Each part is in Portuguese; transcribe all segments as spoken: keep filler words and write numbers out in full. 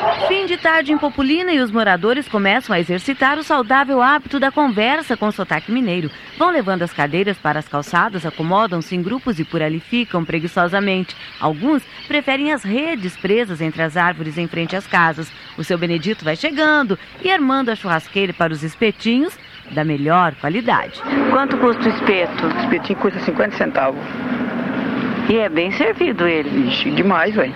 Fim de tarde em Popolina e os moradores começam a exercitar o saudável hábito da conversa com sotaque mineiro. Vão levando as cadeiras para as calçadas, acomodam-se em grupos e por ali ficam preguiçosamente. Alguns preferem as redes presas entre as árvores em frente às casas. O seu Benedito vai chegando e armando a churrasqueira para os espetinhos da melhor qualidade. Quanto custa o espeto? O espetinho custa cinquenta centavos. E é bem servido ele. Ixi, demais, velho.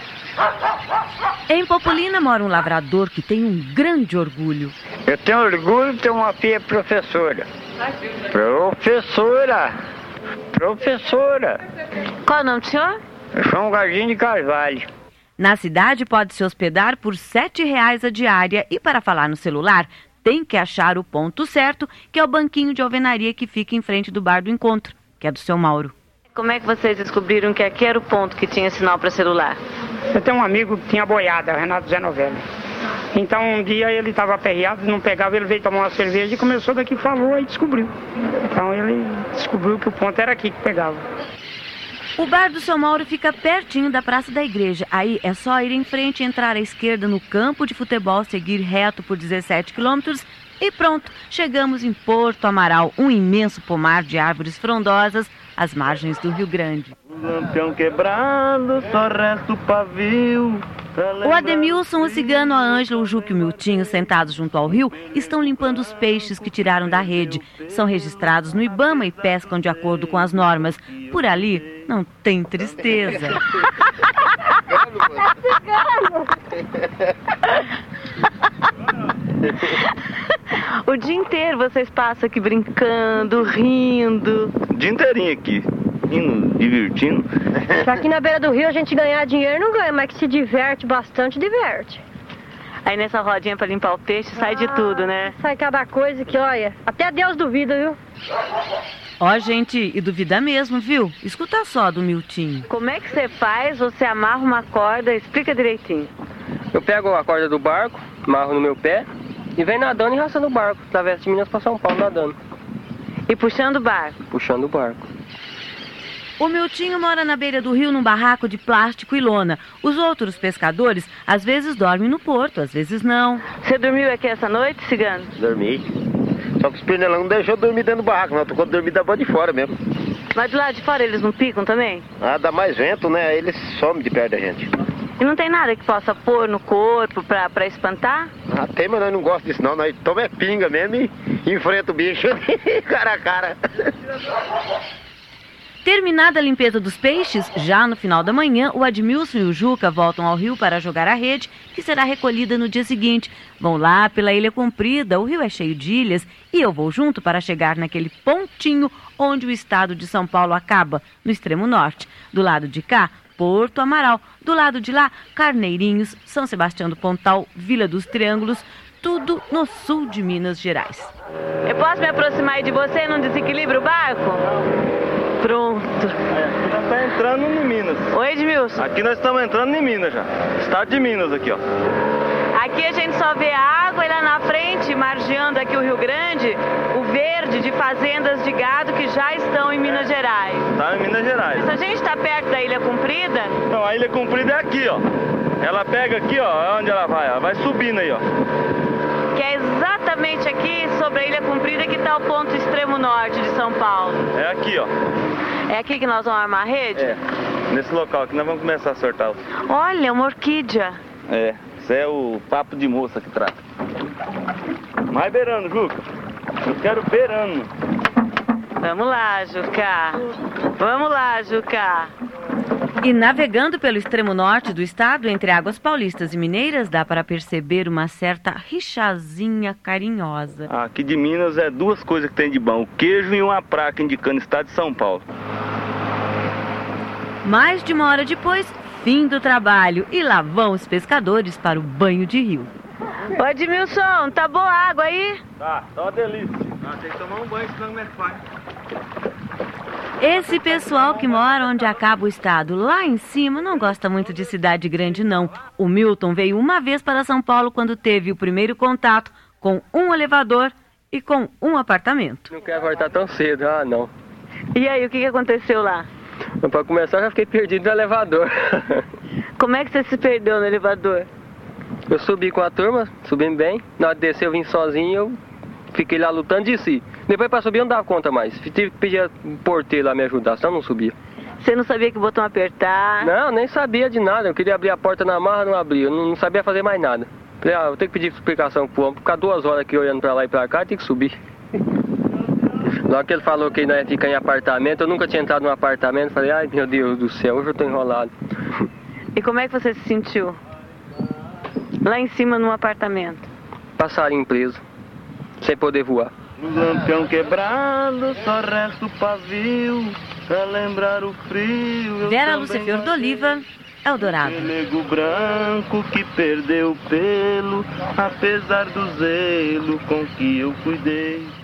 Em Popolina mora um lavrador que tem um grande orgulho. Eu tenho orgulho de ter uma filha professora. Professora! Professora! Qual é o nome do senhor? João Gardinho de Carvalho. Na cidade pode se hospedar por sete reais a diária e para falar no celular tem que achar o ponto certo, que é o banquinho de alvenaria que fica em frente do bar do encontro, que é do seu Mauro. Como é que vocês descobriram que aqui era o ponto que tinha sinal para celular? Eu tenho um amigo que tinha boiada, Renato Zé Novelli. Então um dia ele estava aperreado, não pegava, ele veio tomar uma cerveja e começou daqui, falou e descobriu. Então ele descobriu que o ponto era aqui que pegava. O bar do seu Mauro fica pertinho da Praça da Igreja. Aí é só ir em frente, entrar à esquerda no campo de futebol, seguir reto por dezessete quilômetros e pronto, chegamos em Porto Amaral, um imenso pomar de árvores frondosas às margens do Rio Grande. O lampião quebrado, só resta o pavio. O Ademilson, o cigano, a Ângela, o Juque e o Miltinho, sentados junto ao rio, estão limpando os peixes que tiraram da rede. São registrados no Ibama e pescam de acordo com as normas. Por ali, não tem tristeza. O dia inteiro vocês passam aqui brincando, rindo. O dia inteirinho aqui, indo, divertindo. Aqui na beira do rio a gente ganhar dinheiro não ganha, mas que se diverte bastante, diverte. Aí nessa rodinha para limpar o peixe sai ah, de tudo, né? Sai cada coisa que, olha, até Deus duvida, viu? Ó, gente, e duvida mesmo, viu? Escuta só do Miltinho. Como é que você faz? Você amarra uma corda, explica direitinho. Eu pego a corda do barco, amarro no meu pé e venho nadando e raçando o barco, através de Minas para São Paulo nadando. E puxando o barco? Puxando o barco. O Miltinho mora na beira do rio num barraco de plástico e lona. Os outros pescadores às vezes dormem no porto, às vezes não. Você dormiu aqui essa noite, cigano? Dormi. Só que os pernilongos não deixou dormir dentro do barraco, não. Tocou dormir da boa de fora mesmo. Mas do lado de fora eles não picam também? Ah, dá mais vento, né? Aí eles somem de perto da gente. E não tem nada que possa pôr no corpo pra, pra espantar? Ah, tem, mas nós não gostamos disso não. Nós tomamos é pinga mesmo e enfrenta o bicho cara a cara. Terminada a limpeza dos peixes, já no final da manhã, o Admilson e o Juca voltam ao rio para jogar a rede, que será recolhida no dia seguinte. Vão lá pela Ilha Comprida, o rio é cheio de ilhas, e eu vou junto para chegar naquele pontinho onde o estado de São Paulo acaba, no extremo norte. Do lado de cá, Porto Amaral. Do lado de lá, Carneirinhos, São Sebastião do Pontal, Vila dos Triângulos, tudo no sul de Minas Gerais. Eu posso me aproximar aí de você e não desequilibra o barco? Pronto. Aqui nós estamos entrando em Minas. Oi, Edmilson. Aqui nós estamos entrando em Minas já. Estado de Minas aqui, ó. Aqui a gente só vê a água e lá na frente, margeando aqui o Rio Grande, o verde de fazendas de gado que já estão em Minas Gerais. Está em Minas Gerais. Se a gente está perto da Ilha Comprida... Não, a Ilha Comprida é aqui, ó. Ela pega aqui, ó, onde ela vai? Ela vai subindo aí, ó. Que é exatamente aqui, sobre a Ilha Comprida, que está o ponto extremo norte de São Paulo. É aqui, ó. É aqui que nós vamos armar a rede? É, nesse local aqui nós vamos começar a sortar. Olha, uma orquídea. É, isso é o papo de moça que trata. Mais beirando, Juca. Eu quero beirando. Vamos lá, Juca. Vamos lá, Juca. E navegando pelo extremo norte do estado, entre águas paulistas e mineiras, dá para perceber uma certa rixazinha carinhosa. Aqui de Minas é duas coisas que tem de bom, o queijo e uma placa indicando o estado de São Paulo. Mais de uma hora depois, fim do trabalho, e lá vão os pescadores para o banho de rio. Ô Edmilson, tá boa a água aí? Tá, tá uma delícia. Ah, tem que tomar um banho, senão como é que faz? Esse pessoal que mora onde acaba o estado, lá em cima, não gosta muito de cidade grande, não. O Milton veio uma vez para São Paulo quando teve o primeiro contato com um elevador e com um apartamento. Não quero voltar tão cedo, ah, não. E aí, o que, que aconteceu lá? Para começar, eu já fiquei perdido no elevador. Como é que você se perdeu no elevador? Eu subi com a turma, subimos bem. Na hora de descer eu vim sozinho, eu fiquei lá lutando de si. Depois para subir eu não dava conta mais. Tive que pedir o porteiro lá me ajudar, senão eu não subia. Você não sabia que botão apertar? Não, nem sabia de nada. Eu queria abrir a porta na marra, não abria. Eu não, não sabia fazer mais nada. Falei, ah, eu tenho que pedir explicação pro homem. Ficar duas horas aqui olhando pra lá e pra cá, tem que subir. Logo que ele falou que não ia ficar em apartamento, eu nunca tinha entrado num apartamento. Falei, ai meu Deus do céu, hoje eu tô enrolado. E como é que você se sentiu? Lá em cima num apartamento? Passarinho preso, sem poder voar. Lampião quebrado, só resta o pavio, pra lembrar o frio. Vera Lúcia Fior do Oliva, Eldorado. Pelego branco que perdeu o pelo, apesar do zelo com que eu cuidei.